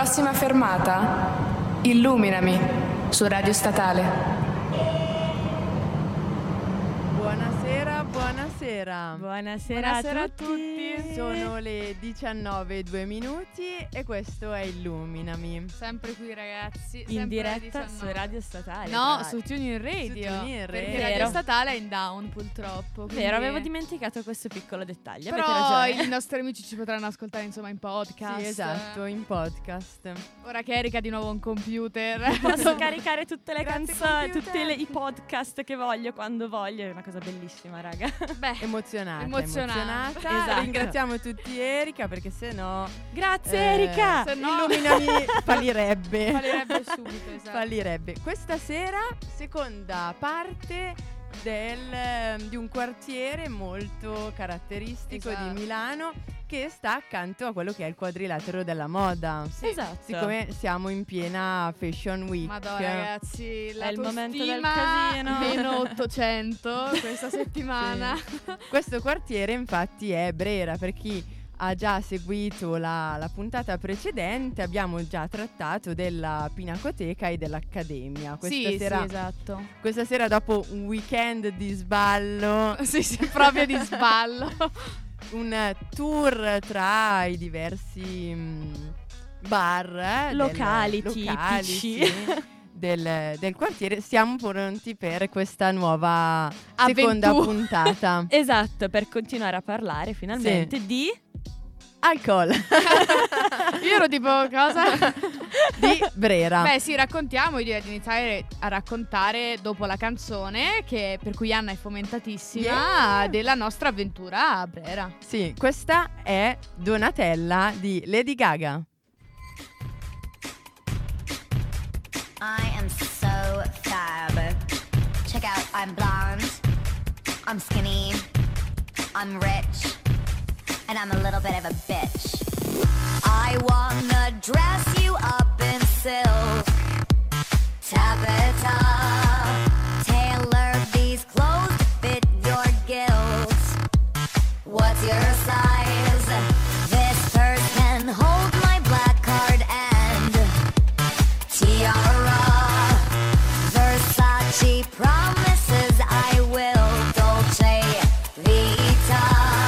Prossima fermata, Illuminami, su Radio Statale. Buonasera a tutti. Sono le 19:02 e questo è Illuminami. Sempre qui ragazzi, In diretta su Radio Statale. No, su TuneIn Radio. TuneIn Perché Radio. Radio Statale è in down purtroppo. quindi- Vero, avevo dimenticato questo piccolo dettaglio. Però Avete ragione. i nostri amici ci potranno ascoltare insomma in podcast. Sì, esatto, in podcast. Ora che Erika ha di nuovo un computer. Posso caricare tutte le Grazie, canzoni, computer. tutti i podcast che voglio, quando voglio. È una cosa bellissima, raga. Beh, Emozionata. Emozionata. Esatto. Ringraziamo tutti Erika perché sennò Grazie, Erika. se no- Illuminami fallirebbe. fallirebbe subito, esatto. Fallirebbe. Questa sera, seconda parte di un quartiere molto caratteristico Esatto. di Milano che sta accanto a quello che è il quadrilatero della moda. Esatto. Siccome siamo in piena Fashion Week. Madonna ragazzi, È il momento del l'autostima casino. meno 800 questa settimana. Questo quartiere infatti è Brera. Per chi ha già seguito la puntata precedente, abbiamo già trattato della Pinacoteca e dell'Accademia. Sì, esatto. Questa sera, dopo un weekend di sballo, Sì, proprio di sballo. un tour tra i diversi bar Locali locali, tipici. sì, del quartiere, siamo pronti per questa nuova seconda Avventura. puntata. Esatto, per continuare a parlare finalmente di Alcol Io ero tipo, cosa? di Brera. Beh sì, raccontiamo, io direi di iniziare a raccontare dopo la canzone, per cui Anna è fomentatissima, della nostra avventura a Brera. Sì, questa è Donatella di Lady Gaga. I am so fab. Check out, I'm blonde, I'm skinny, I'm rich, and I'm a little bit of a bitch. I wanna dress you up in silk, taffeta, tailor these clothes to fit your guilt. What's your size? This purse can hold my black card and tiara. Versace promises I will. Dolce Vita.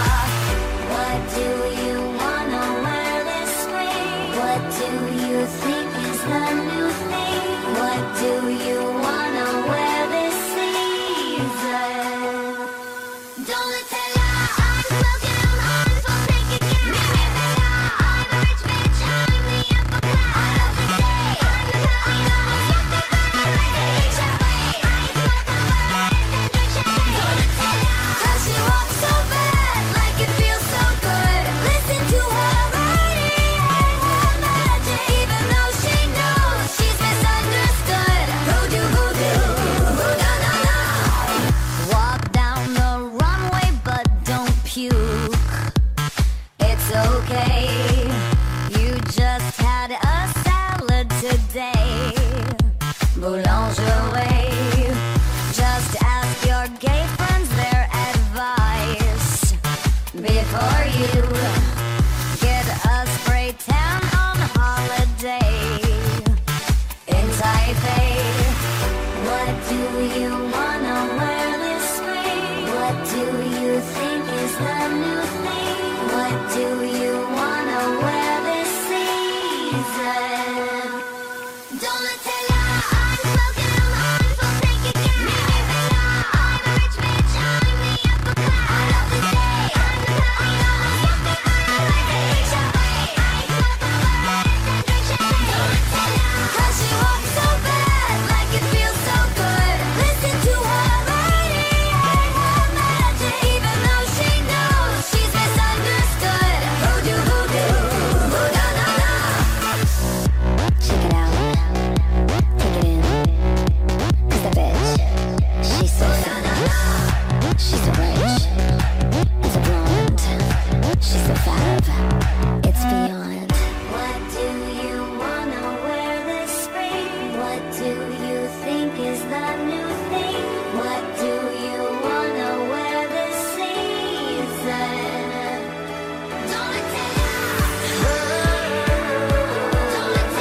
What do you wanna wear this spring? What do you think is the new thing? What do you wanna wear this season? Donatella, I'm smoking, I'm on for pink again. I'm a rich bitch, I'm the upper class. I love the day, I'm the I know something I like to eat your way. I smoke a lot and drink champagne. Donatella, cause she walks so bad, like it feels so good. Listen to her writing and her magic, even though she knows she's misunderstood. Voodoo, voodoo, voodoo, no, no. Walk down the runway, but don't puke. It's okay. You just had a salad today. Boulangerie. Just ask your gay friends their advice before you get a spray tan on holiday in Taipei. What do you wanna wear this spring? What do you think is the new thing? What do you wanna wear this season? Donatella, I'm smoking, I'm on for pink again. I'm a rich bitch, I'm the upper class. I love the day, I'm the I know something I like to eat your way. I smoke a lot and drink champagne. Donatella, cause she walks so bad, like it feels so good. Listen to her writing and her magic, even though she knows she's misunderstood. Voodoo, voodoo, voodoo, no, no. Check it out, take it in. 'Cause the bitch, she's so fat, she's so rich, and so blonde, she's so fab, it's beyond. What do you wanna wear this spring? What do you think is the new thing? What do you wanna wear this season? Donatella, Donatella.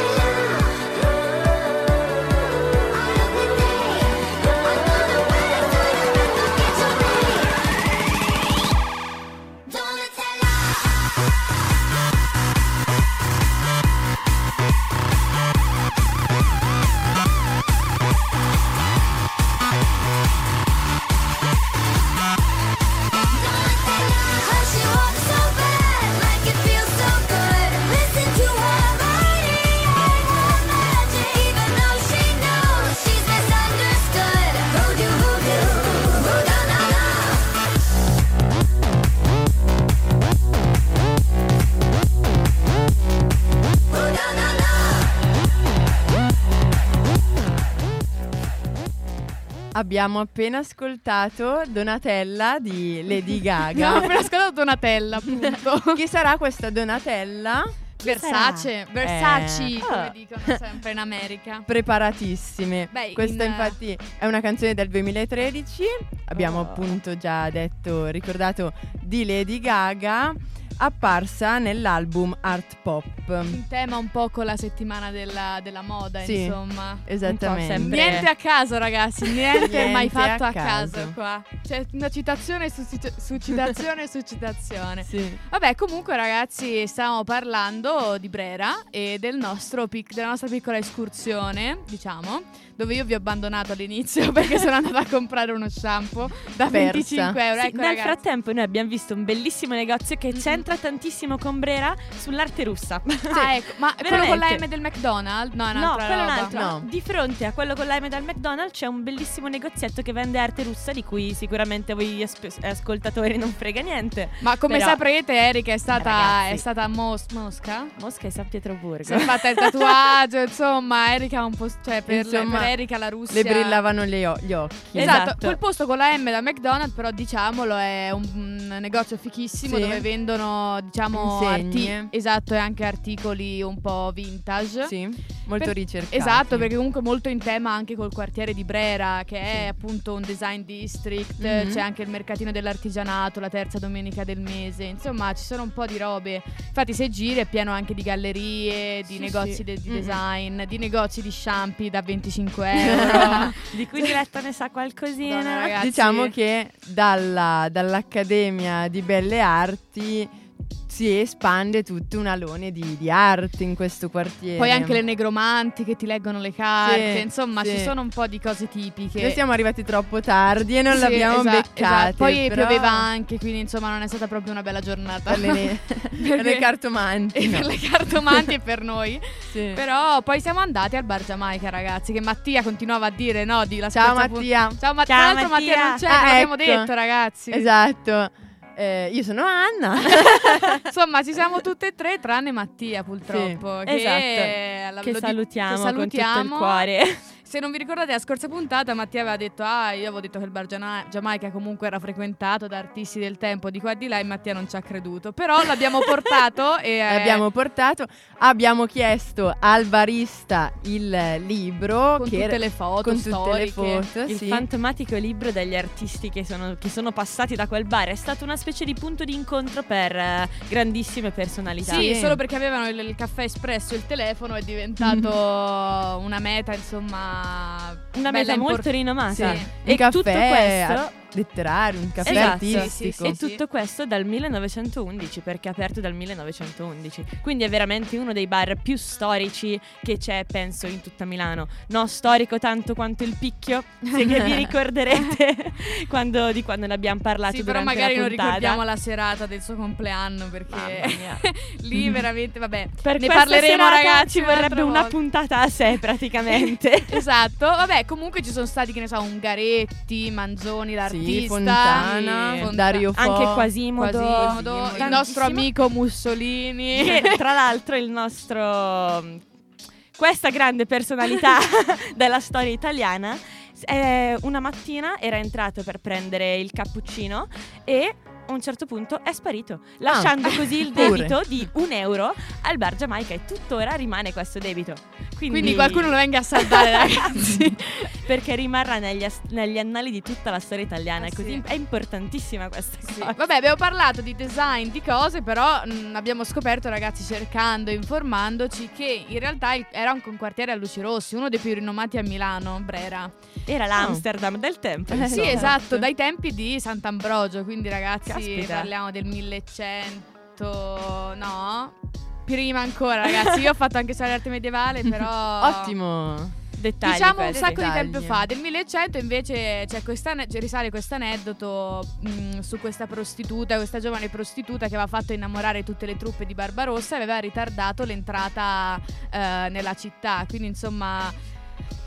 Abbiamo appena ascoltato Donatella di Lady Abbiamo Gaga. appena ascoltato Donatella, appunto. Chi sarà questa Donatella? Versace, Versace, come Ah. dicono sempre in America. Preparatissime. Beh, Questa in- infatti è una canzone del 2013. Abbiamo appunto già ricordato di Lady Gaga, apparsa nell'album Art Pop. In tema un po' con la settimana della moda, Sì, insomma. Esattamente. sempre. Niente a caso, ragazzi, niente è mai Niente fatto a a caso caso. qua. C'è una citazione su citazione su citazione. Sì. Vabbè, comunque, ragazzi, stavamo parlando di Brera e della nostra piccola escursione, diciamo, dove io vi ho abbandonato all'inizio perché sono andata a comprare uno shampoo da Persa. 25 euro. Sì, Ecco, nel ragazzi. frattempo noi abbiamo visto un bellissimo negozio che c'entra tantissimo con Brera sull'arte russa. Ah, ecco, ma quello con la Veramente. M del McDonald's? No, è No, un'altra quello è un roba. altro. No. Di fronte a quello con la M dal McDonald's c'è un bellissimo negozietto che vende arte russa di cui sicuramente voi ascoltatori non frega niente. Ma come Però- saprete, Erika è stata Ragazzi. a Mosca. Mosca e San Pietroburgo. Si è fatta il tatuaggio, insomma, Erika ha un po'. Cioè, per Insomma, Erika la Russia. Le brillavano gli occhi. Esatto, Esatto. quel posto con la M da McDonald's, però diciamolo, è un negozio fichissimo Sì. dove vendono, diciamo, Insegne. esatto, e anche articoli un po' vintage. Sì, molto Per- ricercati. Esatto, perché comunque molto in tema anche col quartiere di Brera, che è appunto un design district, Mhm. c'è anche il mercatino dell'artigianato, la terza domenica del mese, insomma ci sono un po' di robe. Infatti se giri è pieno anche di gallerie, di Sì, negozi sì. di Mhm. design, di negozi di shampoo da 25 euro. Di cui Diletta ne sa qualcosina. Madonna, ragazzi. Diciamo che dall'Accademia di Belle Arti si espande tutto un alone di arte in questo quartiere. Poi anche le negromanti che ti leggono le carte, Sì, insomma sì. ci sono un po' di cose tipiche. Noi siamo arrivati troppo tardi e non Sì, l'abbiamo beccate. esatto. Poi però pioveva anche, quindi insomma non è stata proprio una bella giornata. per per le cartomanti. E no. per le cartomanti e per noi. Sì. Però poi siamo andati al Bar Giamaica, ragazzi, che Mattia continuava a dire no di la Ciao scorsa Mattia. Ciao Mattia. Ciao, Tra l'altro Mattia non c'è, Mattia. ve l'abbiamo Ecco. detto, ragazzi. Esatto. Io sono Anna. Insomma, ci siamo tutte e tre tranne Mattia, purtroppo. Sì, che esatto. Che salutiamo che con tutto il salutiamo. cuore. Se non vi ricordate, la scorsa puntata Mattia aveva detto io avevo detto che il bar Giamaica comunque era frequentato da artisti del tempo di qua e di là, e Mattia non ci ha creduto. Però l'abbiamo portato e L'abbiamo portato. Abbiamo chiesto al barista il libro con che tutte le foto con tutte le storiche. foto, Il sì. fantomatico libro degli artisti che sono passati da quel bar. È stato una specie di punto di incontro per grandissime personalità. Sì, Sì. solo perché avevano il caffè espresso e il telefono è diventato una meta, insomma, Una bella meta molto rinomata. Sì. E Un caffè tutto questo letterario, un caffè Esatto. artistico. E tutto questo dal 1911, perché è aperto dal 1911. Quindi è veramente uno dei bar più storici che c'è, penso, in tutta Milano. No, storico tanto quanto il Picchio, se che vi ricorderete di quando ne abbiamo parlato Sì, però durante magari la non puntata. ricordiamo la serata del suo compleanno, perché Mamma mia. lì veramente, vabbè, Per ne questa parleremo, serata ragazzi, ci vorrebbe un'altra una volta. puntata a sé praticamente. Esatto, vabbè, comunque ci sono stati, che ne so, Ungaretti, Manzoni, l'artista, Fontana, Dario Fo. Anche Quasimodo, Quasimodo, il tantissimo. nostro amico Mussolini. Che tra l'altro questa grande personalità della storia italiana una mattina era entrato per prendere il cappuccino e a un certo punto è sparito, lasciando così il pure. debito di €1 al Bar Giamaica, e tuttora rimane questo debito. Quindi qualcuno lo venga a salvare, ragazzi. perché rimarrà negli annali di tutta la storia italiana. Sì. Così è importantissima questa cosa. Vabbè, abbiamo parlato di design, di cose, però abbiamo scoperto, ragazzi, cercando e informandoci, che in realtà era un quartiere a luci rossi, uno dei più rinomati a Milano, Brera. Era l'Amsterdam del tempo. Sì, insomma. esatto, dai tempi di Sant'Ambrogio, quindi ragazzi Caspita. parliamo del 1100, no? Prima ancora, ragazzi, io ho fatto anche storia d'arte medievale, però... Ottimo. Dettagli Diciamo un questi. sacco di dettagli. tempo fa. Del 1100 invece risale questo aneddoto su questa prostituta, questa giovane prostituta che aveva fatto innamorare tutte le truppe di Barbarossa e aveva ritardato l'entrata nella città. Quindi insomma,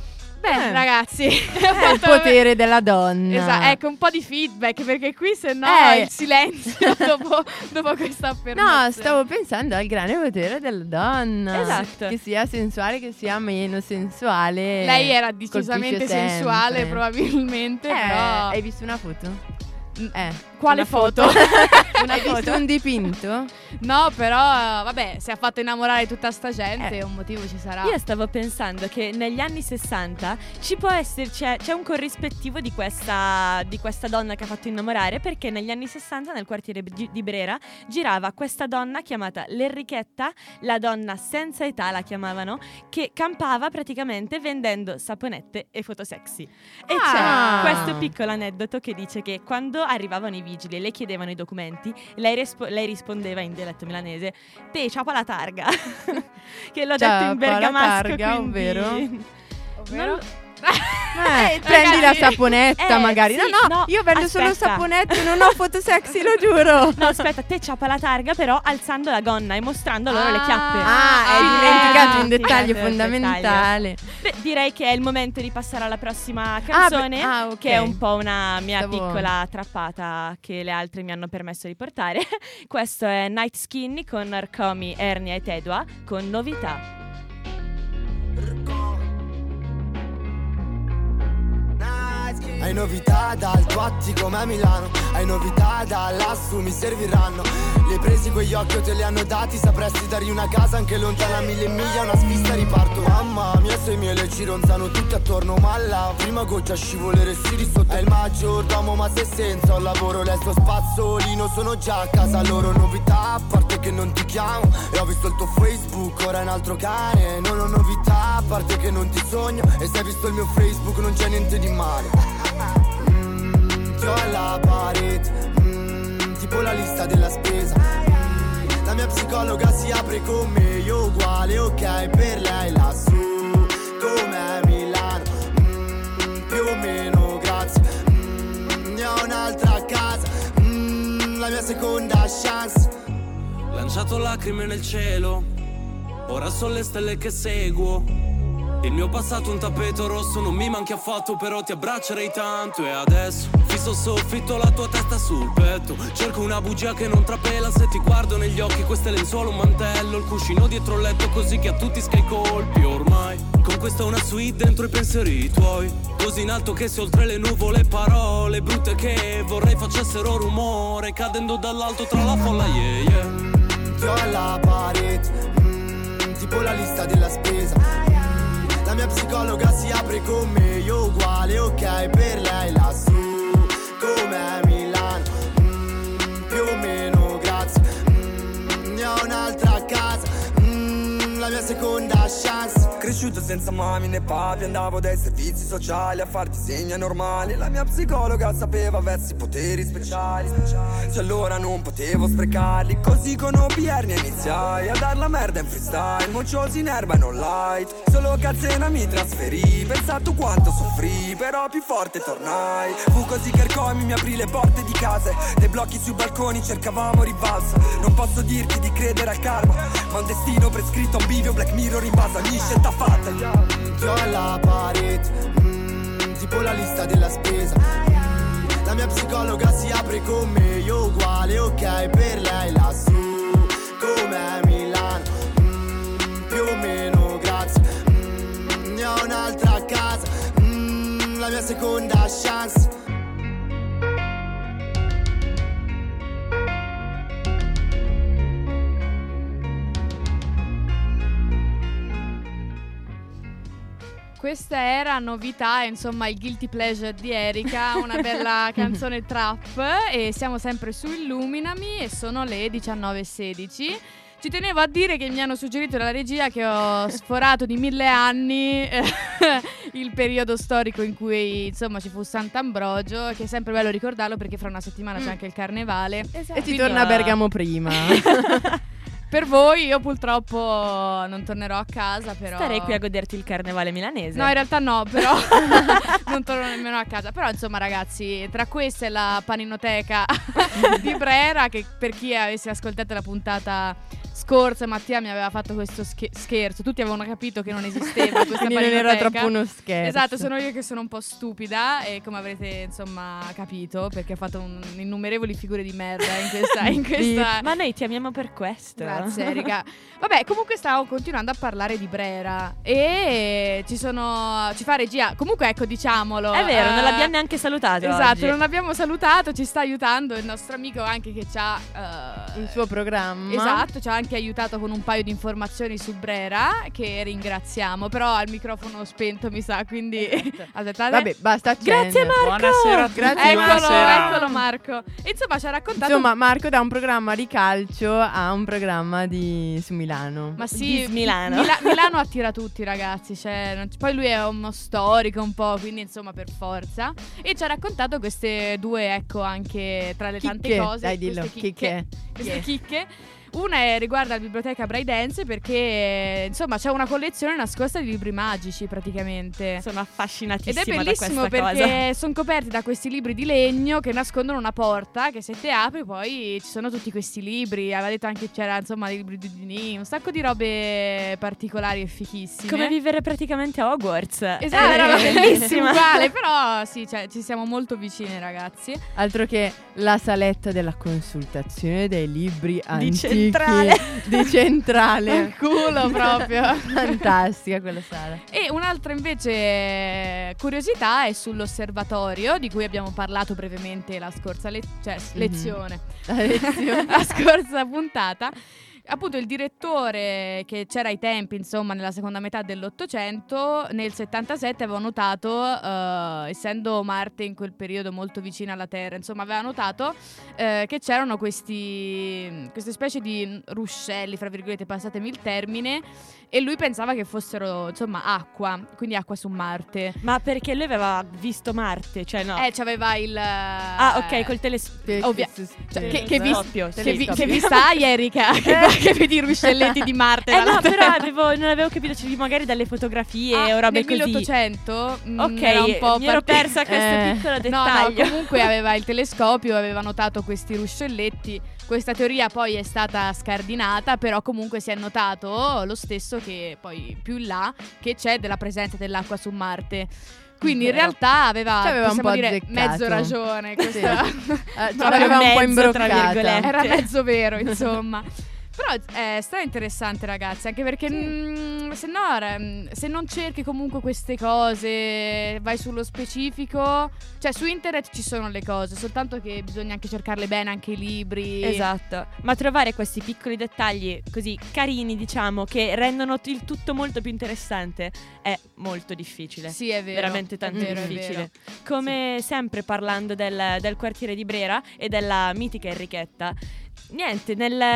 Beh, ragazzi, È il potere della donna. Esatto, ecco un po' di feedback perché qui se no il silenzio dopo questa affermazione. No, stavo pensando al grande potere della donna. Esatto. Che sia sensuale, che sia meno sensuale. Lei era decisamente colpisce sensuale sempre. probabilmente, però Hai visto una foto? quale una foto? Hai visto un dipinto? No, però vabbè, si è fatto innamorare tutta sta gente, un motivo ci sarà. Io stavo pensando che negli anni 60 ci può esserci, c'è un corrispettivo di questa donna che ha fatto innamorare, perché negli anni 60 nel quartiere di Brera girava questa donna chiamata l'Enrichetta, la donna senza età la chiamavano, che campava praticamente vendendo saponette e foto sexy. E c'è questo piccolo aneddoto che dice che quando arrivavano i vigili e le chiedevano i documenti, lei rispondeva in dialetto milanese: te ciapa la targa. Che l'ho detto in bergamasco, targa, quindi... ovvero? Ragazzi, Prendi la saponetta magari. sì, No, io vendo solo aspetta. saponette, non ho foto sexy, lo giuro. No, aspetta, te ciapa la targa però alzando la gonna e mostrando loro le chiappe. Hai Quindi dimenticato un dimenticato dettaglio il fondamentale. Beh, direi che è il momento di passare alla prossima canzone, ok. che è un po' una mia Stavo- piccola trappata che le altre mi hanno permesso di portare. Questo è Night Skinny con Arcomi, Ernia e Tedua con Novità. Hai novità dal tuo attico a Milano, hai novità da lassù mi serviranno. Li hai presi quegli occhi o te li hanno dati, sapresti dargli una casa anche lontana 1000 miglia, una svista riparto. Mamma mia sei miele ci ronzano tutti attorno, ma la prima goccia scivoleresti di sotto. È il maggiordomo ma sei senza un lavoro, lei sto spazzolino, sono già a casa loro. Novità a parte che non ti chiamo e ho visto il tuo Facebook, ora è un altro cane. Non ho novità a parte che non ti sogno e se hai visto il mio Facebook non c'è niente di male. Ti ho alla parete, tipo la lista della spesa. La mia psicologa si apre con me, io uguale, ok, per lei lassù, com'è Milano, più o meno grazie, ne ho un'altra a casa, la mia seconda chance. Lanciato lacrime nel cielo, ora sono le stelle che seguo. Il mio passato un tappeto rosso, non mi manchi affatto, però ti abbraccerei tanto. E adesso fisso il soffitto, la tua testa sul petto. Cerco una bugia che non trapela, se ti guardo negli occhi queste lenzuola, un mantello, il cuscino dietro il letto così che a tutti scai colpi. Ormai con questa una suite dentro i pensieri tuoi, così in alto che se oltre le nuvole parole brutte che vorrei facessero rumore, cadendo dall'alto tra la folla, yeah yeah. Ti ho alla parete, tipo la lista della spesa. La mia psicologa si apre con me, io uguale, ok, per lei lassù, com'è Milano, più o meno grazie, ne ho un'altra a casa, la mia seconda chance. Cresciuto senza mami né papi, andavo dai servizi sociali a far disegni normali. La mia psicologa sapeva aversi poteri speciali, se allora non potevo sprecarli. Così con OPR ne iniziai a dar la merda in freestyle, mocciosi in erba e non light. Solo Cazzena mi trasferì, pensa tu quanto soffrì, però più forte tornai. Fu così che Arcomi mi aprì le porte di case, dei blocchi sui balconi cercavamo rivalsa. Non posso dirti di credere al karma, ma un destino prescritto, un bivio Black Mirror in base a ogni scelta fatta. Ti ho alla parete, tipo la lista della spesa. La mia psicologa si apre con me, io uguale, ok, per lei lassù, com'è Milano, più o meno grazie, ne ho un'altra a casa, la mia seconda chance. Questa era Novità, insomma il guilty pleasure di Erika, una bella canzone trap, e siamo sempre su Illuminami e sono le 19:16. Ci tenevo a dire che mi hanno suggerito dalla regia che ho sforato di 1000 anni il periodo storico in cui insomma ci fu Sant'Ambrogio, che è sempre bello ricordarlo perché fra una settimana c'è anche il carnevale. E ti torna a Bergamo prima. Per voi io purtroppo non tornerò a casa, però Starei qui a goderti il carnevale milanese. no, in realtà no, però non torno nemmeno a casa. Però insomma ragazzi, tra queste e la paninoteca di Brera, che per chi avesse ascoltato la puntata scorsa Mattia mi aveva fatto questo scherzo. Tutti avevano capito che non esisteva questa Quindi non era paninoteca. troppo uno scherzo. Esatto, sono io che sono un po' stupida e come avrete insomma capito, perché ho fatto innumerevoli figure di merda in questa Ma noi ti amiamo per questo. Grazie Erika. Vabbè, comunque stavo continuando a parlare di Brera e ci fa regia. Comunque ecco, diciamolo. È vero, non l'abbiamo neanche salutato Esatto, oggi. non l'abbiamo salutato, ci sta aiutando il nostro amico anche che ci ha il suo programma. Esatto, ci ha anche aiutato con un paio di informazioni su Brera che ringraziamo, però al microfono spento mi sa, quindi aspettate. Vabbè, basta accendere. Grazie Marco. Buonasera a tutti, Grazie, Eccolo Marco. E insomma ci ha raccontato Insomma, Marco da un programma di calcio a un programma su Milano. Ma sì, Di Milano. Milano attira tutti, ragazzi. Poi lui è uno storico un po', quindi insomma per forza. E ci ha raccontato queste due, ecco, anche tra le tante Chicche, cose. dai, dillo, queste chicche. Queste chicche. Una riguarda la biblioteca Braidense perché insomma c'è una collezione nascosta di libri magici praticamente. Sono Ed affascinatissima è bellissimo da questa perché cosa. sono coperti da questi libri di legno che nascondono una porta che se te apri poi ci sono tutti questi libri. Aveva detto anche che c'era insomma dei libri di Dini, un sacco di robe particolari e fichissime. Come vivere praticamente a Hogwarts. Esatto, È una roba bellissima. uguale, però sì, cioè, ci siamo molto vicini ragazzi. Altro che la saletta della consultazione dei libri antichi Centrale. di Centrale. Culo proprio. Fantastica quella sala. E un'altra invece curiosità è sull'osservatorio di cui abbiamo parlato brevemente la scorsa lezione. La lezione. La scorsa puntata. Appunto il direttore che c'era ai tempi, insomma, nella seconda metà dell'Ottocento, nel 77 aveva notato, essendo Marte in quel periodo molto vicina alla Terra, insomma, aveva notato che c'erano queste specie di ruscelli, fra virgolette, passatemi il termine, e lui pensava che fossero, insomma, acqua, quindi acqua su Marte. Ma perché lui aveva visto Marte, cioè no. C'aveva il... Ah, ok, col telescopio. che Telescopio, che vista hai, Erika? Che vedi i ruscelletti di Marte? No, però non avevo capito, cioè, magari dalle fotografie o robe nel così. 1800 Ok, era un po' mi ero persa questo piccolo dettaglio. No, comunque aveva il telescopio, aveva notato questi ruscelletti. Questa teoria poi è stata scardinata, però comunque si è notato lo stesso che poi più in là che c'è della presenza dell'acqua su Marte. Quindi in realtà aveva un possiamo po' dire azzeccato. mezzo ragione questa. Aveva un po' mezzo, tra imbroccata. virgolette. Era mezzo vero, insomma. Però è interessante, ragazzi, anche perché se non cerchi comunque queste cose, vai sullo specifico, cioè su internet ci sono le cose, soltanto che bisogna anche cercarle bene, anche i libri. Esatto, ma trovare questi piccoli dettagli così carini, diciamo, che rendono il tutto molto più interessante è molto difficile. Sì, è vero. Veramente tanto è vero, è difficile. vero. Come sempre parlando del quartiere di Brera e della mitica Enrichetta. Niente,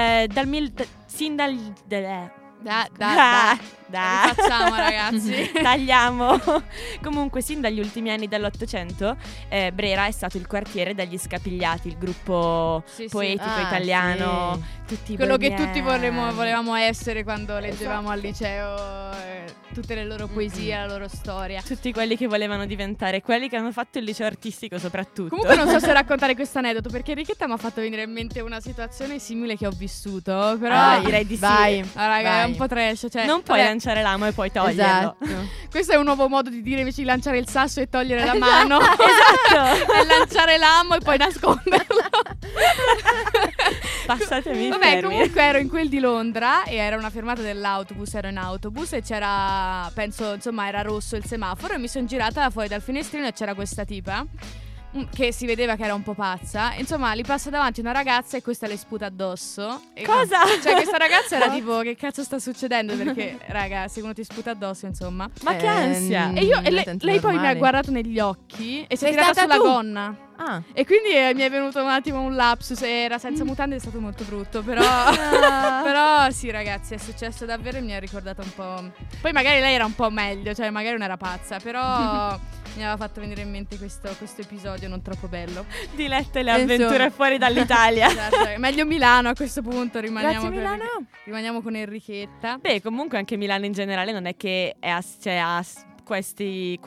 Rifacciamo, ragazzi. Tagliamo. Comunque, sin dagli ultimi anni dell'Ottocento, Brera è stato il quartiere degli Scapigliati, il gruppo poetico italiano. Tutti quello che bohemiani. tutti volevamo essere quando leggevamo al liceo, tutte le loro poesie, la loro storia. Tutti quelli che volevano diventare quelli che hanno fatto il liceo artistico, soprattutto. Comunque non so se raccontare questo aneddoto, perché Enrichetta mi ha fatto venire in mente una situazione simile che ho vissuto. Però direi di sì. Vai. Raga, è un po' trash, cioè, Non puoi lanciare l'amo e poi toglierlo. Esatto. questo è un nuovo modo di dire invece di lanciare il sasso e togliere la mano. Esatto. E lanciare l'amo e poi nasconderlo. Passatemi il Vabbè, termine. comunque ero in quel di Londra e era una fermata dell'autobus, ero in autobus e c'era, penso, insomma, era rosso il semaforo e mi sono girata fuori dal finestrino e c'era questa tipa che si vedeva che era un po' pazza. Insomma, gli passa davanti una ragazza e questa le sputa addosso. E Cosa? Cioè, questa ragazza era tipo, che cazzo sta succedendo? Perché, raga, se uno ti sputa addosso, insomma. Ma che ansia. E tanto lei poi mi ha normale. guardato negli occhi e si è Sei tirata stata sulla tu? gonna. Ah. E quindi mi è venuto un attimo un lapsus. Era senza mutande, è stato molto brutto. Però, però sì, ragazzi, è successo davvero e mi ha ricordato un po'. Poi magari lei era un po' meglio, cioè magari non era pazza. Però mi aveva fatto venire in mente questo episodio non troppo bello. Dilette le Insomma. avventure fuori dall'Italia. Esatto, meglio Milano a questo punto. Rimaniamo Grazie, Milano. Rimaniamo con Enrichetta. Beh, comunque anche Milano in generale non è che ha questi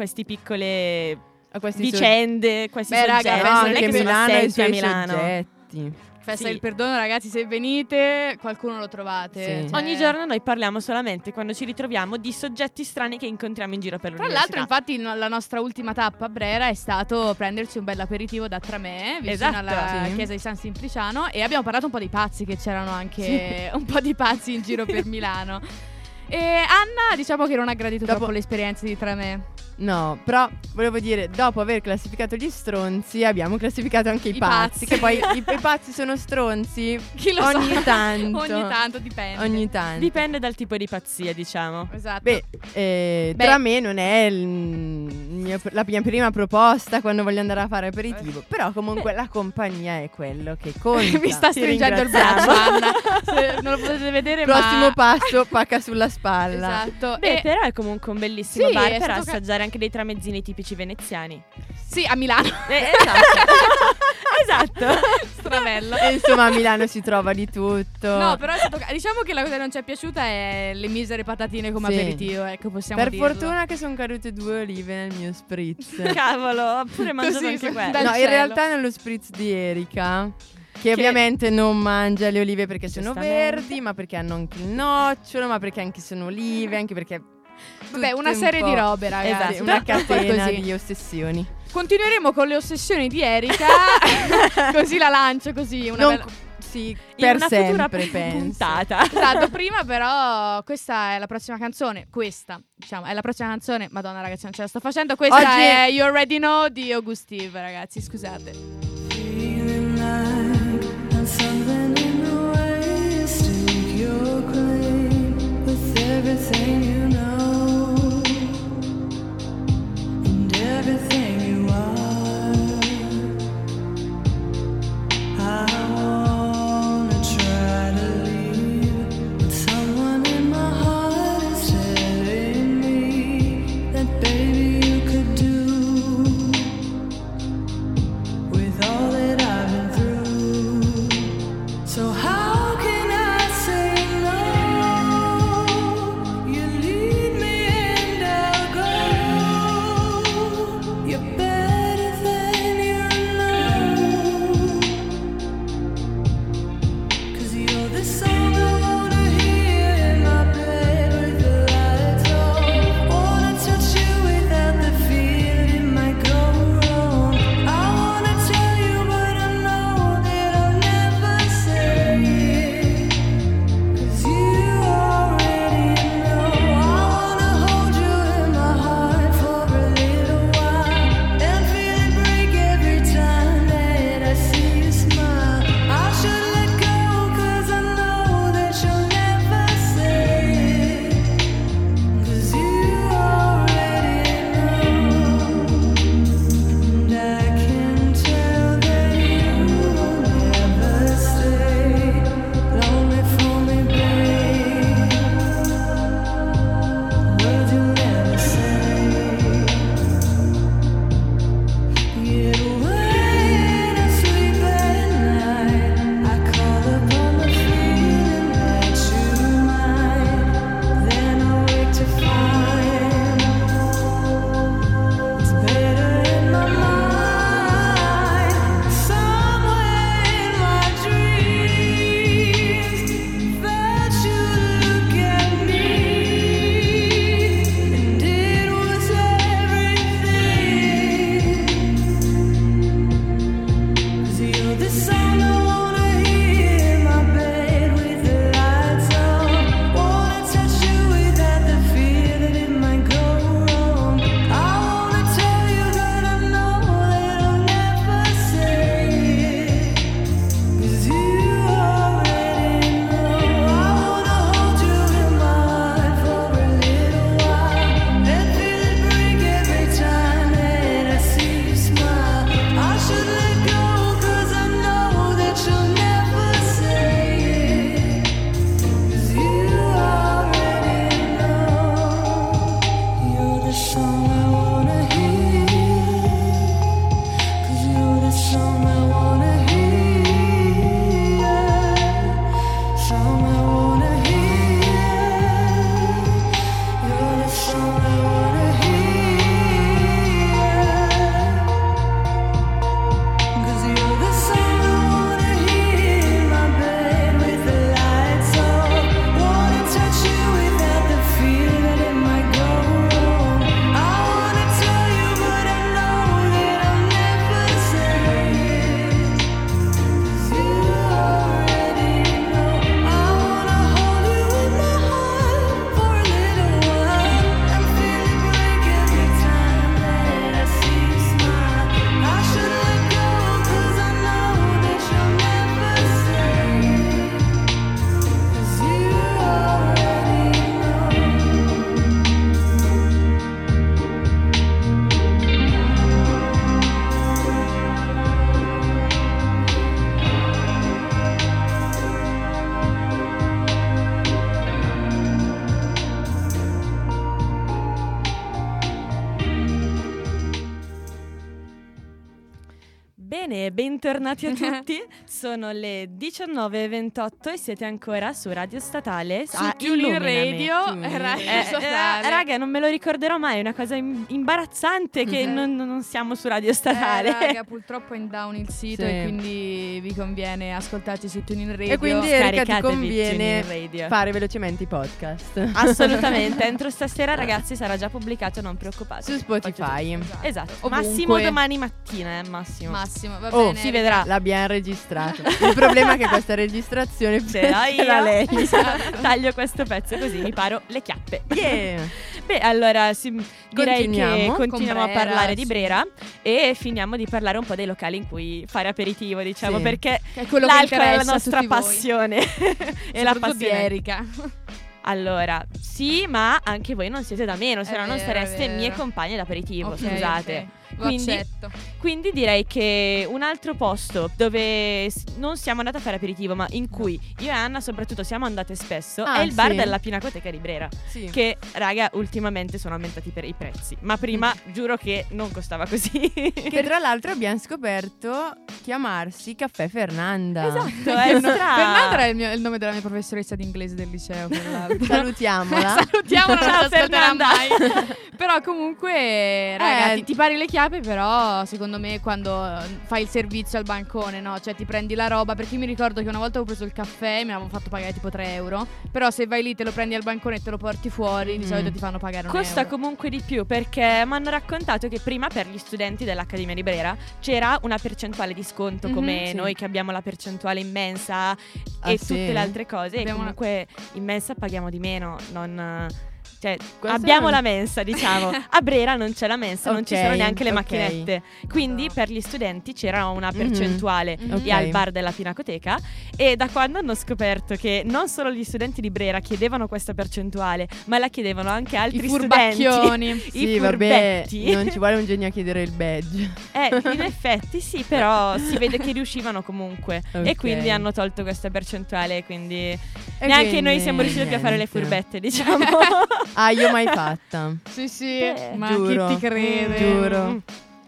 piccole A questi vicende, questi Beh, raga, soggetti. penso non è che che sono Milano ha i assenti a suoi Milano. soggetti. Festa Sì. del perdono, ragazzi, se venite qualcuno lo trovate. Sì. Ogni giorno noi parliamo solamente quando ci ritroviamo di soggetti strani che incontriamo in giro per Tra l'università. l'altro, infatti, la nostra ultima tappa a Brera è stato prenderci un bel aperitivo da Tramè, vicino Esatto. alla Sì. chiesa di San Simpliciano, e abbiamo parlato un po' dei pazzi, che c'erano anche un po' di pazzi in giro per Milano. E Anna, diciamo che non ha gradito Dopo- troppo le esperienze di Tramè. No, però volevo dire, dopo aver classificato gli stronzi, abbiamo classificato anche i I pazzi. pazzi. Che poi i pazzi sono stronzi. Chi lo Ogni sa? tanto. Ogni tanto, dipende. Ogni tanto. Dipende dal tipo di pazzia, diciamo. Esatto. Beh, tra me non è la mia prima proposta quando voglio andare a fare aperitivo. Però comunque la compagnia è quello che conta. Mi sta Ti stringendo il ringraziamo. braccio, Anna. Se non lo potete vedere, Prossimo ma... passo, pacca sulla spalla. Esatto. Beh, E- però è comunque un bellissimo Sì, bar è per stato assaggiare anche dei tramezzini tipici veneziani. sì, a Milano. Esatto. Stravello. E insomma a Milano si trova di tutto. No, però è stato diciamo che la cosa che non ci è piaciuta è le misere patatine come Sì. aperitivo, ecco, possiamo Per dirlo. fortuna che sono cadute 2 olive nel mio spritz. Cavolo, ho pure mangiato Così, anche sì, quello. dal No, in cielo. realtà nello spritz di Erika, che ovviamente non mangia le olive perché sono Giustamente. verdi, ma perché hanno anche il nocciolo, ma perché anche sono olive, anche perché... Vabbè, tutte una un serie po'. di robe, ragazzi. Esatto, una catena Così. di ossessioni. Continueremo con le ossessioni di Erika. Così la lancio, così una Non- bella... Sì, In per una futura sempre penso. puntata. Esatto, prima però questa è la prossima canzone. Questa, diciamo, è la prossima canzone. Madonna, ragazzi, non ce la sto facendo. Questa Oggi- è You Already Know di Augustive, ragazzi, scusate. Feeling like I'm something in the way you stake your claim with everything you know and everything you are. I wanna try to leave, but someone in my heart is telling me that baby you could do with all that I've been through. So how can I say no? You lead me and I'll go. You Bene, bentornati a tutti. Sono le 19:28 e siete ancora su Radio Statale Su TuneIn Radio e Radio Statale. Raga, non me lo ricorderò mai, è una cosa imbarazzante che non siamo su Radio Statale. Raga, purtroppo è in down il sito Sì. e quindi vi conviene ascoltarci su TuneIn Radio. E quindi Erika ti Scaricatevi conviene TuneIn Radio. fare velocemente i podcast Assolutamente, entro stasera ragazzi sarà già pubblicato, non preoccupate. su Spotify. Esatto, Ovunque. massimo domani mattina, massimo. Massimo, va Oh, bene. si Erika. vedrà. L'abbiamo registrato. Il problema è che questa registrazione Ce l'ho era io. lei. Taglio questo pezzo così mi paro le chiappe. Yeah. Beh, allora direi che Continuiamo continuiamo con a Brera, parlare di sì. Brera e finiamo di parlare un po' dei locali in cui fare aperitivo, diciamo, Sì. perché Che è quello che l'alcol è la interessa a nostra tutti voi. passione e la Soprattutto di passione Erika. Allora, sì, ma anche voi non siete da meno, se no non vero, sareste è vero. mie compagne d'aperitivo, Ok, scusate. ok. Lo Quindi, accetto. quindi direi che un altro posto dove non siamo andate a fare aperitivo, ma in cui io e Anna soprattutto siamo andate spesso, Ah, è il bar sì. della Pinacoteca di Brera. Sì. Che, raga, ultimamente sono aumentati per i prezzi. Ma prima giuro che non costava così. Che tra l'altro abbiamo scoperto chiamarsi Caffè Fernanda. Esatto, è Fernanda era il nome della mia professoressa di inglese del liceo, tra l'altro. Salutiamola. Salutiamola, non Ciao, ci ascolterà Fernanda. mai. Però comunque, raga, ti pari le chiappe, però secondo me quando fai il servizio al bancone, no? Cioè ti prendi la roba, perché io mi ricordo che una volta avevo preso il caffè e mi avevano fatto pagare tipo 3 euro. Però se vai lì, te lo prendi al bancone e te lo porti fuori, di solito ti fanno pagare un Costa euro. comunque di più perché mi hanno raccontato che prima per gli studenti dell'Accademia di Brera c'era una percentuale di sconto come sì. noi che abbiamo la percentuale in mensa Ah, e sì? tutte le altre cose. Abbiamo e comunque in mensa paghiamo di meno, non... Cioè, Questo abbiamo è- la mensa, diciamo. A Brera non c'è la mensa, non ci sono Ok, neanche le ok. macchinette. Quindi per gli studenti c'era una percentuale Ok. e al bar della Pinacoteca. E da quando hanno scoperto che non solo gli studenti di Brera chiedevano questa percentuale, ma la chiedevano anche altri I studenti. furbacchioni. Sì, I vabbè, furbetti. non ci vuole un genio a chiedere il badge. In effetti sì, però si vede che riuscivano comunque. Ok. E quindi hanno tolto questa percentuale. Quindi neanche quindi noi siamo riusciti più a fare le niente. furbette, diciamo. Ah, io mai fatta. Sì, sì, Beh, ma giuro. chi ti crede? Giuro.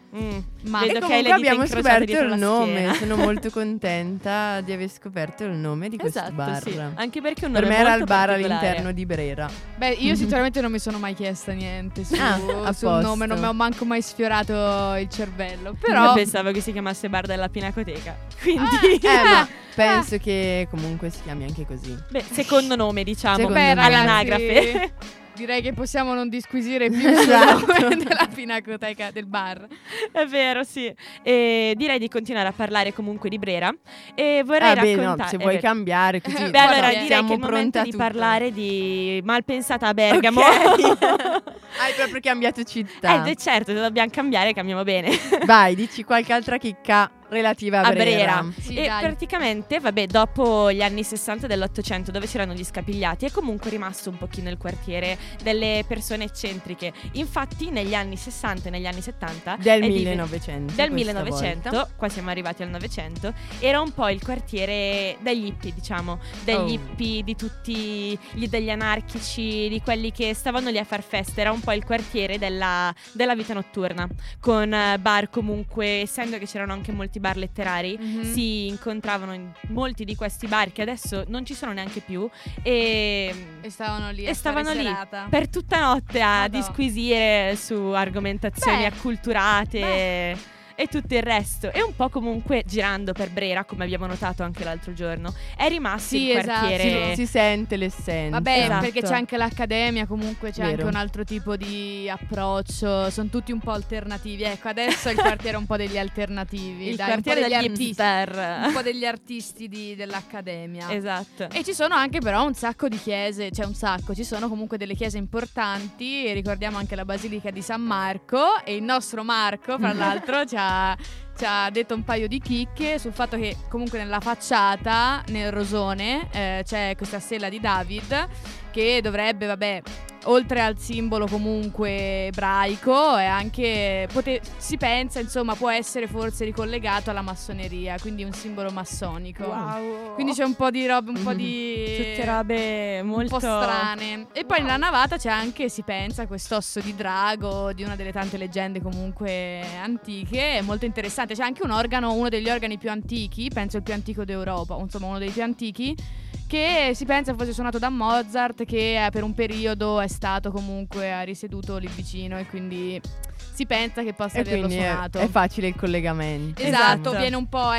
Ma Vedo E che hai comunque le dita abbiamo incrociate scoperto dietro il la nome. schiena. Sono molto contenta di aver scoperto il nome di questo Esatto, bar. sì. Anche perché è un Per nome me era molto il bar particolare. all'interno di Brera. Beh, io sinceramente non mi sono mai chiesta niente su, Ah, a sul posto. nome, non mi ho manco mai sfiorato il cervello. Però Però pensavo che si chiamasse bar della Pinacoteca. Quindi Ma penso che comunque si chiami anche così. beh, secondo nome, diciamo, Secondo me. all'anagrafe. direi che possiamo non disquisire più sul Esatto. nome della pinacoteca del bar. È vero, sì. E direi di continuare a parlare comunque di Brera. E vorrei Beh, no, raccontare. se vuoi cambiare così. Beh, allora Guarda, direi siamo che è il momento pronte a di tutto. parlare di Malpensata a Bergamo. Ok. Hai proprio cambiato città. Certo, se dobbiamo cambiare, cambiamo bene. Vai, dici qualche altra chicca relativa a A Brera. Brera. Sì, E dai. praticamente, vabbè, dopo gli anni 60 dell'Ottocento, dove c'erano gli scapigliati, è comunque rimasto un pochino il quartiere delle persone eccentriche. Infatti, negli anni 60 e negli anni 70 Del è 1900. del questa 1900, volta. qua siamo arrivati al 900, era un po' il quartiere degli hippie, diciamo, degli Oh. hippie, di tutti degli anarchici, di quelli che stavano lì a far festa. Era un po' il quartiere della vita notturna, con bar comunque, essendo che c'erano anche molti bar letterari, Mhm. si incontravano in molti di questi bar che adesso non ci sono neanche più e stavano lì e a stavano fare lì serata. per tutta notte a Madò. disquisire su argomentazioni Beh. acculturate e tutto il resto. E un po' comunque girando per Brera, come abbiamo notato anche l'altro giorno, è rimasto Sì, il esatto. quartiere. Si sente l'essenza. Vabbè, Esatto. perché c'è anche l'accademia, comunque c'è Vero. anche un altro tipo di approccio, sono tutti un po' alternativi. Ecco, adesso il quartiere è un po' degli alternativi, Il dai, quartiere un po' degli degli artisti, hipster. un po' degli artisti dell'accademia. Esatto. E ci sono anche però un sacco di chiese, cioè un sacco, ci sono comunque delle chiese importanti e ricordiamo anche la Basilica di San Marco e il nostro Marco, fra l'altro, ci ha detto un paio di chicche sul fatto che comunque nella facciata, nel rosone, c'è questa stella di David che dovrebbe, vabbè, oltre al simbolo comunque ebraico, è anche si pensa, insomma, può essere forse ricollegato alla massoneria, quindi un simbolo massonico. Wow. Quindi c'è un po' di robe, un po' di tutte robe molto un po' strane. E poi nella navata c'è anche, si pensa, quest'osso di drago di una delle tante leggende comunque antiche, è molto interessante. C'è anche un organo, uno degli organi più antichi, penso il più antico d'Europa, insomma uno dei più antichi, che si pensa fosse suonato da Mozart, che per un periodo è stato comunque, ha risieduto lì vicino, e quindi si pensa che possa averlo suonato. È facile il collegamento. Esatto, viene un po'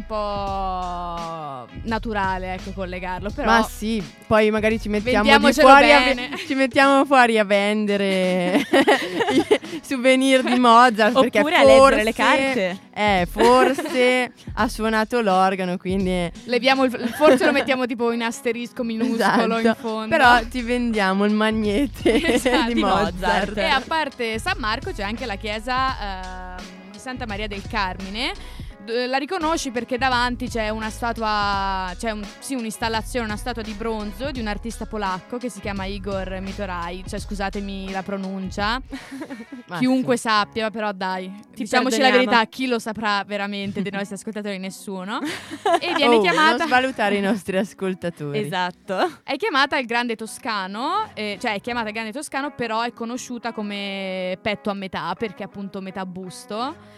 naturale, ecco, collegarlo, però Ma sì, poi magari ci mettiamo vendiamocelo fuori bene. ci mettiamo fuori a vendere i souvenir di Mozart, perché oppure a forse, leggere le carte. Forse ha suonato l'organo, quindi leviamo forse lo mettiamo tipo in asterisco minuscolo in fondo. Però ti vendiamo il magnete Esatto, di di Mozart. Mozart. E a parte San Marco c'è anche la chiesa di Santa Maria del Carmine. La riconosci perché davanti c'è una statua, un'installazione, una statua di bronzo di un artista polacco che si chiama Igor Mitoraj, cioè scusatemi la pronuncia, chiunque sappia, però dai, diciamoci la perdoniamo. verità, chi lo saprà veramente dei nostri ascoltatori? Nessuno. E viene chiamata, non svalutare i nostri ascoltatori. Esatto. è chiamata il Grande Toscano, cioè è chiamata il Grande Toscano, però è conosciuta come petto a metà, perché appunto metà busto.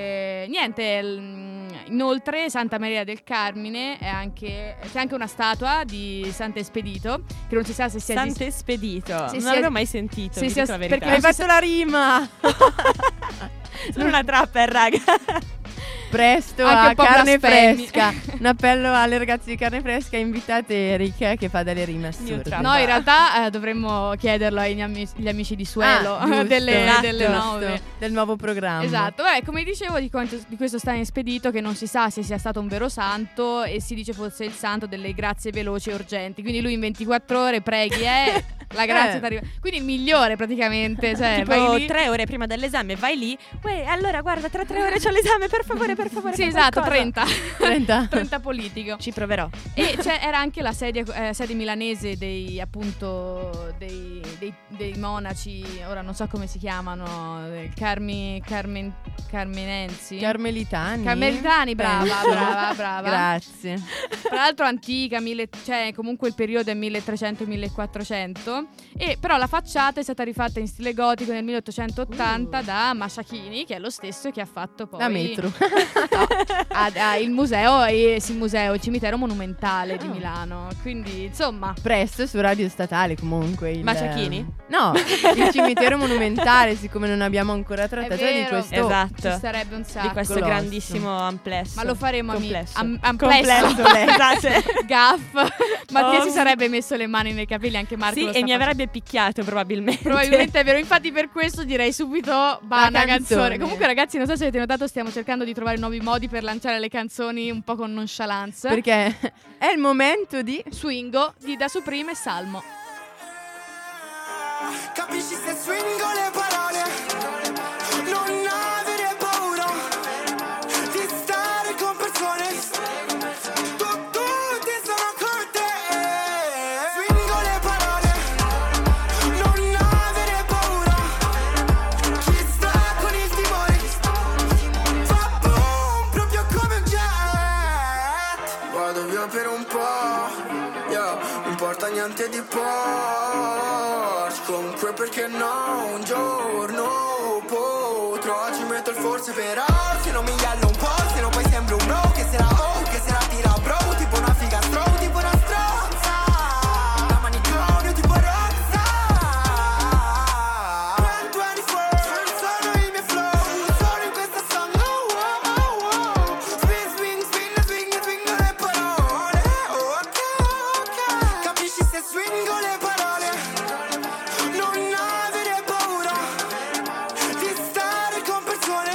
Inoltre Santa Maria del Carmine c'è anche una statua di Sant'Espedito, che non si sa se sia Sant'Espedito. Se Non sia- l'avevo mai sentito, se vi sia- dico la verità. perché Hai fatto la rima. Sono una trapper, raga. Presto Anche a un po' Carne blasfemi. Fresca. Un appello alle ragazze di Carne Fresca, invitate Eric che fa delle rime assurde. trap. No, in realtà dovremmo chiederlo agli amici di Suelo giusto, delle giusto, 9. del nuovo programma. Esatto, come dicevo di questo Sant'Espedito, che non si sa se sia stato un vero santo, e si dice fosse il santo delle grazie veloci e urgenti. Quindi lui in 24 ore preghi la grazia t'arriva. Quindi il migliore praticamente, cioè Tipo vai lì. 3 ore prima dell'esame vai lì. Uè, allora guarda, tra 3 ore c'ho l'esame, per favore. Sì, fai esatto, qualcosa. 30 politico. Ci proverò. E era anche la sede milanese dei monaci, ora non so come si chiamano, carmenensi. Carmelitani, brava. Grazie. Tra l'altro antica, cioè comunque il periodo è 1300-1400, e però la facciata è stata rifatta in stile gotico nel 1880 da Masciachini, che è lo stesso che ha fatto poi La metro. il cimitero monumentale di Milano. Quindi insomma, Presto su Radio Statale comunque Masciachini? No, il cimitero monumentale, siccome non abbiamo ancora trattato di vero. questo. Esatto. ci sarebbe un sacco. Di questo Colosso. grandissimo amplesso. Ma lo faremo complesso. amplesso. Esatto. Gaff. Mattia Oh. si sarebbe messo le mani nei capelli, anche Marco Sì, lo e sta mi facendo. avrebbe picchiato probabilmente. Probabilmente è vero, infatti per questo direi subito una canzone. canzone. Comunque ragazzi, non so se avete notato, stiamo cercando di trovare nuovi modi per lanciare le canzoni un po' con nonchalance. Perché è il momento di Swingo di Da Supreme e Salmo. Capisci se swingo le parole, non avere paura di stare con persone, tutti sono con te. Swingo le parole, non avere paura, chi sta con il timore fa boom proprio come un jet. Vado via per un po', non porta niente di Porsche. Comunque perché no, un giorno potrò, ci metto il forse però, se non mi yello un po', se no poi sembra un bro, che sarà che sarà tira bro, tipo una figa stro, tipo una stronza, la manicomio tipo rozza. 24, sono i miei flow, sono in questa song, swingo le parole, ok, capisci se swingo le parole, non avere paura di stare con persone,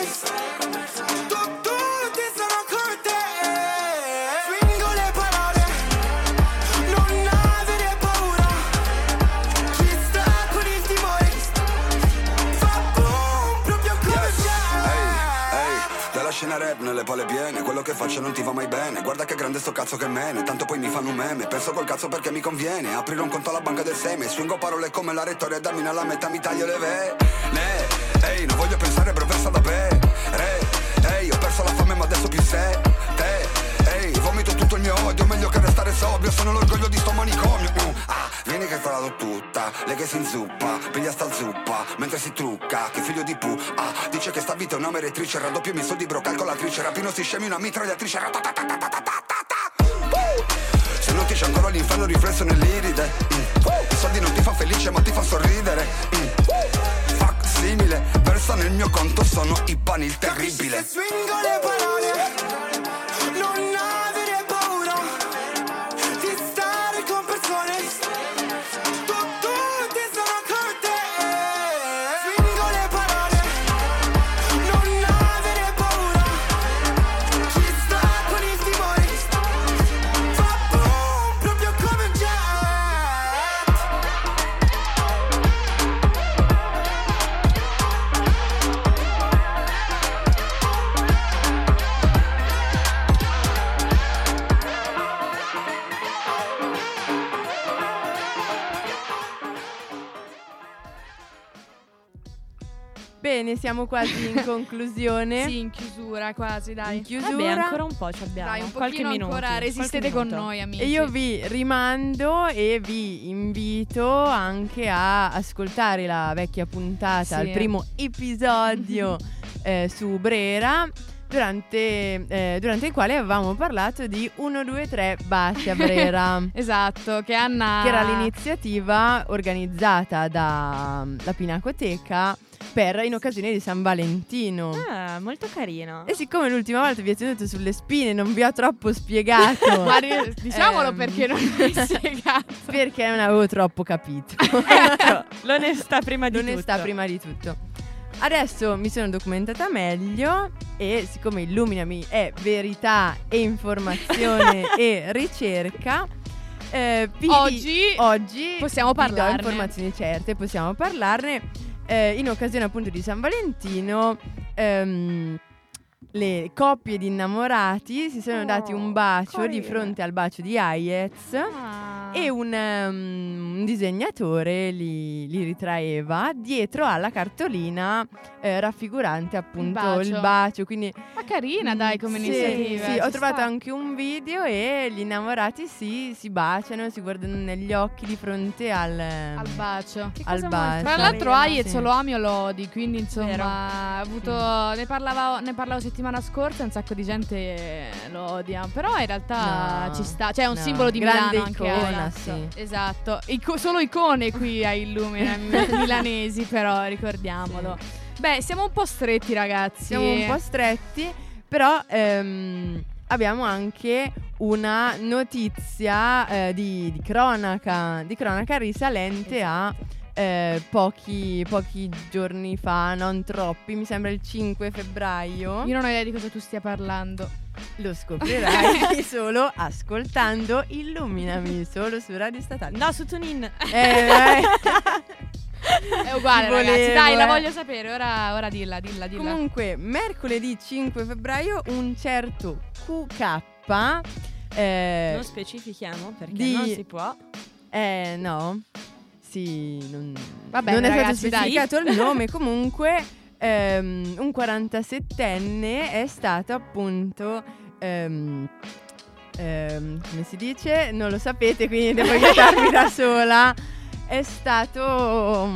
tutti sono con te. Swingo le parole, non avere paura, chi sta con il timore fa boom proprio come c'è. Dalla scena rap nelle pale piene. Quello che faccio non ti va mai bene. Guarda che grande sto cazzo che mene. Tanto poi mi fanno un meme. Penso col cazzo perché mi conviene. Aprire un conto alla banca del seme. Swingo parole come la rettoria. Dammi nella metà mi taglio le vene. Ehi, non voglio pensare bro versa da bere. Ehi, ho perso la fame ma adesso più sei te. Ehi, vomito tutto il mio odio. Meglio che restare sobrio. Sono l'orgoglio di sto manicomio. Vieni che te la do tutta. Lei che si inzuppa, piglia sta zuppa mentre si trucca, che figlio di pu. Dice che sta vita è una meretrice. Raddoppio i miei soldi bro, calcolatrice. Rapino si scemi una mitragliatrice. Se non ti c'è ancora l'inferno riflesso nell'iride. I soldi non ti fa felice ma ti fa sorridere. Fuck simile, versa nel mio conto. Sono i pani il terribile. Se swingo le parole, non avere paura di stare con persone. Tutti sono con te. Swingo le parole, non avere paura. Chi sta con i timori fa boom proprio come un jet. Bene, siamo quasi in conclusione. Sì, in chiusura quasi, dai. In chiusura. Vabbè, ancora un po' ci abbiamo. Dai, un qualche pochino minuto. ancora resistete con noi, amici. E io vi rimando e vi invito anche a ascoltare la vecchia puntata, Sì. il primo episodio su Brera, durante il quale avevamo parlato di 1, 2, 3 baci a Brera. Esatto, che Anna... Che era l'iniziativa organizzata da la Pinacoteca in occasione di San Valentino. Molto carino. E siccome l'ultima volta vi ho tenuto sulle spine, non vi ho troppo spiegato. Ma diciamolo perché non mi hai spiegato. Perché non avevo troppo capito. Ecco, l'onestà prima di L'onestà tutto. prima di tutto. Adesso mi sono documentata meglio e siccome Illuminami è verità e informazione e ricerca, oggi possiamo vi do parlarne. informazioni certe, possiamo parlarne. In occasione appunto di San Valentino, le coppie di innamorati si sono dati un bacio di fronte al bacio di Hayez. E un disegnatore li ritraeva dietro alla cartolina raffigurante appunto il bacio. Quindi Ma carina, dai, come sì, iniziativa. sì, ci ho trovato sta. anche un video e gli innamorati si baciano, si guardano negli occhi di fronte al bacio. al bacio. Tra l'altro Hayez Sì. lo ami o lo odi, quindi insomma Vero. ha avuto, ne parlavo settimana scorsa, un sacco di gente lo odia, però in realtà No, ci sta, cioè è un no, simbolo di grande Milano anche icona, Hayez. sì. Esatto, solo icone qui a Illumina milanesi, però ricordiamolo. Beh, siamo un po' stretti, ragazzi. Siamo un po' stretti, però abbiamo anche una notizia di cronaca risalente a pochi giorni fa, non troppi, mi sembra il 5 febbraio. Io non ho idea di cosa tu stia parlando. Lo scoprirai solo ascoltando Illuminami, solo su Radio Statale. No, su TuneIn. È uguale, Ci ragazzi. volevo, Dai, la voglio sapere. Ora dilla. Comunque, mercoledì 5 febbraio un certo QK Non specifichiamo perché non si può. no. Sì, Va bene, non è stato ragazzi, dai. specificato il nome. Comunque un 47enne è stato appunto come si dice? Non lo sapete, quindi devo aiutarmi da sola. È stato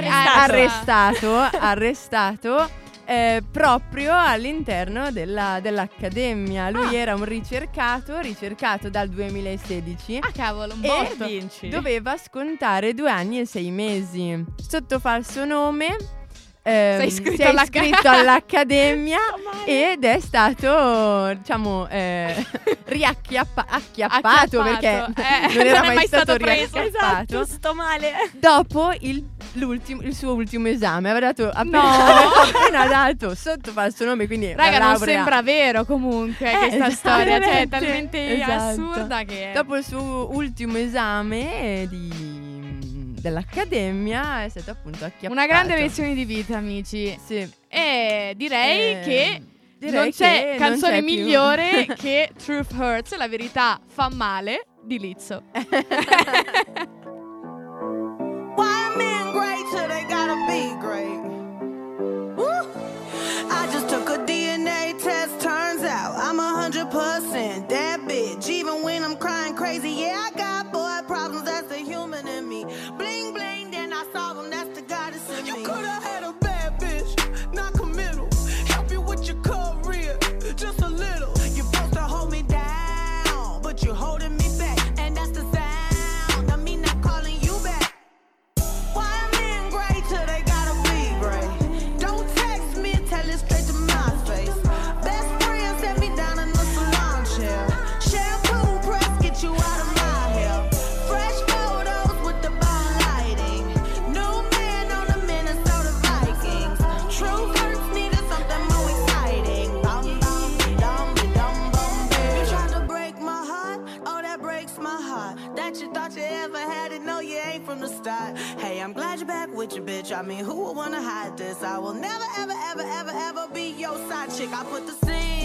arrestato proprio all'interno dell'accademia. Lui era un ricercato dal 2016 Ah, cavolo, un e botto. doveva scontare 2 anni e 6 mesi sotto falso nome. Sei Si iscritto è iscritto all'accademia ed è stato, diciamo, acchiappato perché non era mai stato preso. riacchiappato. Esatto, sto male. Dopo il suo ultimo esame aveva dato appena dato sotto falso nome, quindi Raga, la non laurea. sembra vero comunque questa esatto, storia, cioè è veramente. talmente Esatto. assurda che Dopo il suo ultimo esame dell'accademia è stato appunto acchiappato. una grande lezione di vita, amici. Sì. E direi che Direi non c'è che canzone non c'è più. migliore che Truth Hurts, la verità fa male, di Lizzo. Why men great till they gotta be great? Woo. I just took a DNA test, turns out I'm 100% that bitch. Even when I'm crying crazy, yeah, I got boy problems, that's the human in me. Bling bling, then I solve them, that's the goddess in me. You could've had a bad bitch, not committal. Help you with your career, just a little. You're supposed to hold me down, but you're holding me back, and that's the sound of me not calling you back. Why men great till they gotta be great? Don't text me, tell it straight to my face. Best friend set me down in the salon chair. Shampoo press, get you out of my hair. Fresh photos with the bomb lighting. New man on the Minnesota Vikings. True hurts needed something more exciting. Bum, bum, dum, dum, bum, baby. You tried to break my heart, oh that breaks my heart. That you thought you ever had it, no you ain't from the start. Hey, I'm glad you're back with your bitch. I mean, who would wanna hide this? I will never, ever, ever, ever, ever be your side chick. I put the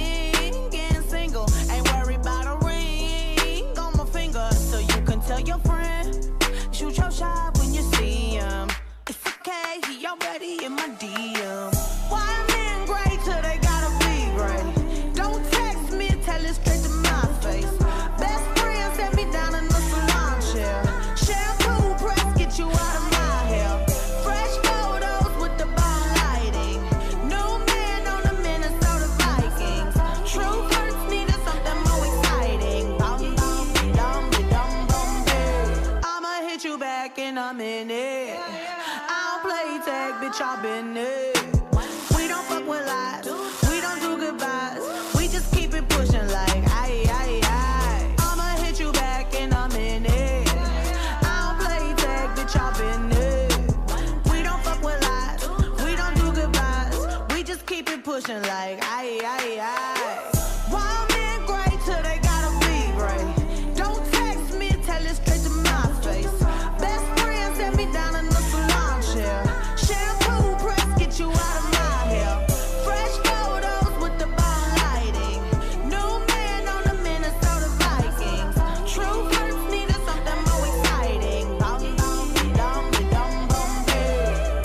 singing single, ain't worried about a ring on my finger, so you can tell your friend, shoot your shot when you see him. It's okay, he already in my DM. Why men great till they gotta be great? Don't text me, tell it straight to my face. Best friend set me down in the salon chair. Shampoo press, get you out of my hair. Fresh photos with the bomb lighting. New man on the Minnesota Vikings. True hurts needed something more exciting. Bum, bum, dum, dum, bum, babe. I'ma hit you back in a minute. I don't play tag, bitch, I've been it. We don't fuck with lies, we don't do goodbyes. We just keep it pushing like aye, aye, aye. I'ma hit you back in a minute. I don't play tag, bitch, I've been it. We don't fuck with lies, we don't do goodbyes. We just keep it pushing like aye, aye, aye. Why men great till they gotta be great? Don't text me, tell it straight to my face. Best friend set me down in the salon chair. Shampoo press, get you out of my hair. Fresh photos with the bomb lighting. New man on the Minnesota Vikings. True hurts needed something more exciting. Bum, bum, dum, dum, bum, babe.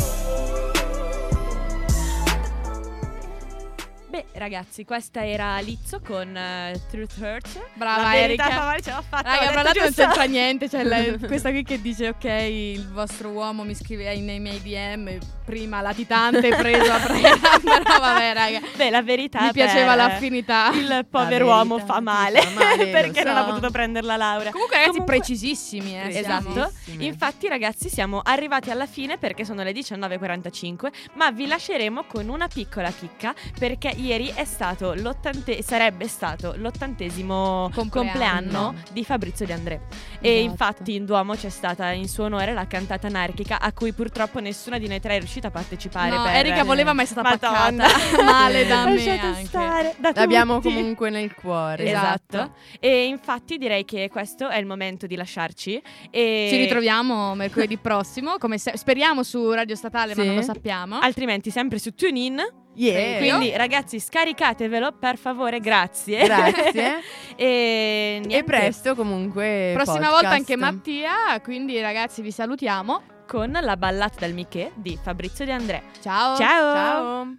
Beh, ragazzi, questa era Lizzo con Truth Hurts. Brava, La verità Erika. fa male, ce l'ha fatta. Raga, l'ho fra detto l'altro non giusto. c'entra niente. C'è questa qui che dice: ok, il vostro uomo mi scrive nei miei DM. Prima latitante preso a Brera. Però vabbè, raga. Beh, la verità Mi piaceva per l'affinità. Il povero uomo fa male, perché lo non ha so. potuto prendere la laurea. Comunque, ragazzi, precisissimi, Esatto. Precisissimi. Infatti, ragazzi, siamo arrivati alla fine perché sono le 19:45, ma vi lasceremo con una piccola chicca perché ieri è stato sarebbe stato l'80° compleanno di Fabrizio De André. E Esatto. infatti in Duomo c'è stata in suo onore la cantata anarchica a cui purtroppo nessuna di noi tre è riuscita a partecipare. No, per Erika voleva, ma è stata Madonna. paccata. Male da me Lasciate anche. stare, da L'abbiamo tutti. comunque nel cuore. Esatto. E infatti direi che questo è il momento di lasciarci. E Ci ritroviamo mercoledì prossimo, come speriamo su Radio Statale, ma Sì. non lo sappiamo. altrimenti sempre su TuneIn. Yeah. Quindi ragazzi, scaricatevelo per favore, grazie. Grazie. E niente, E presto comunque Prossima podcast. volta anche Mattia, quindi ragazzi vi salutiamo. con la ballata dal Michè di Fabrizio De André. Ciao. Ciao. Ciao.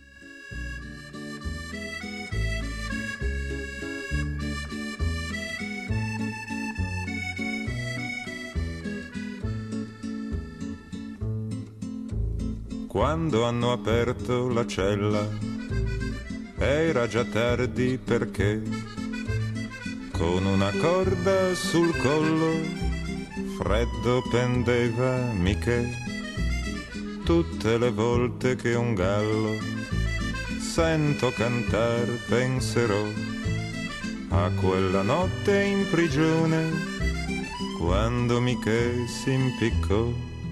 Quando hanno aperto la cella era già tardi perché con una corda sul collo freddo pendeva Michè. Tutte le volte che un gallo sento cantar penserò a quella notte in prigione quando Michè si impiccò.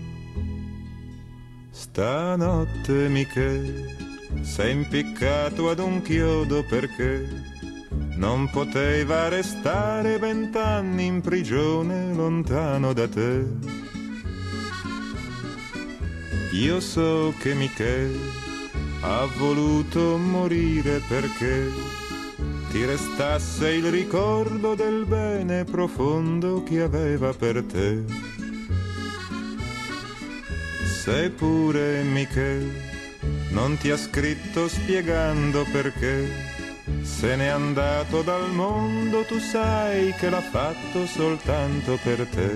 Stanotte Michè sei impiccato ad un chiodo perché non poteva restare 20 anni in prigione lontano da te. Io so che Michè ha voluto morire perché ti restasse il ricordo del bene profondo che aveva per te. Seppure Michele non ti ha scritto spiegando perché se n'è andato dal mondo, tu sai che l'ha fatto soltanto per te.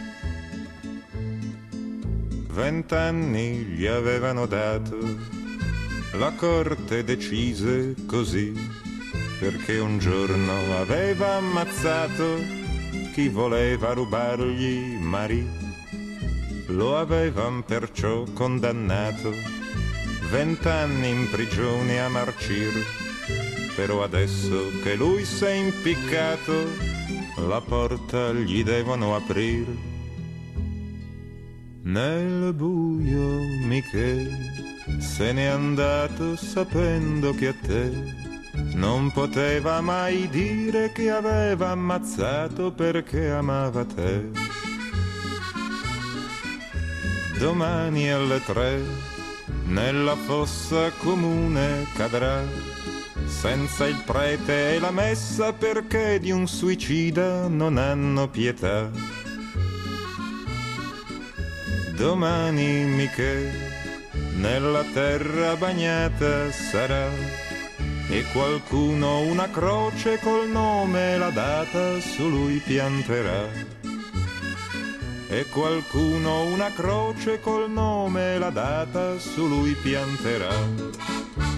20 anni gli avevano dato, la corte decise così, perché un giorno aveva ammazzato chi voleva rubargli Marie. Lo avevan perciò condannato, 20 anni in prigione a marcir. Però adesso che lui s'è impiccato, la porta gli devono aprire. Nel buio Michele se n'è andato sapendo che a te non poteva mai dire che aveva ammazzato perché amava te. Domani alle 3 nella fossa comune cadrà, senza il prete e la messa, perché di un suicida non hanno pietà. Domani Michele nella terra bagnata sarà, e qualcuno una croce col nome e la data su lui pianterà. E qualcuno una croce col nome e la data su lui pianterà.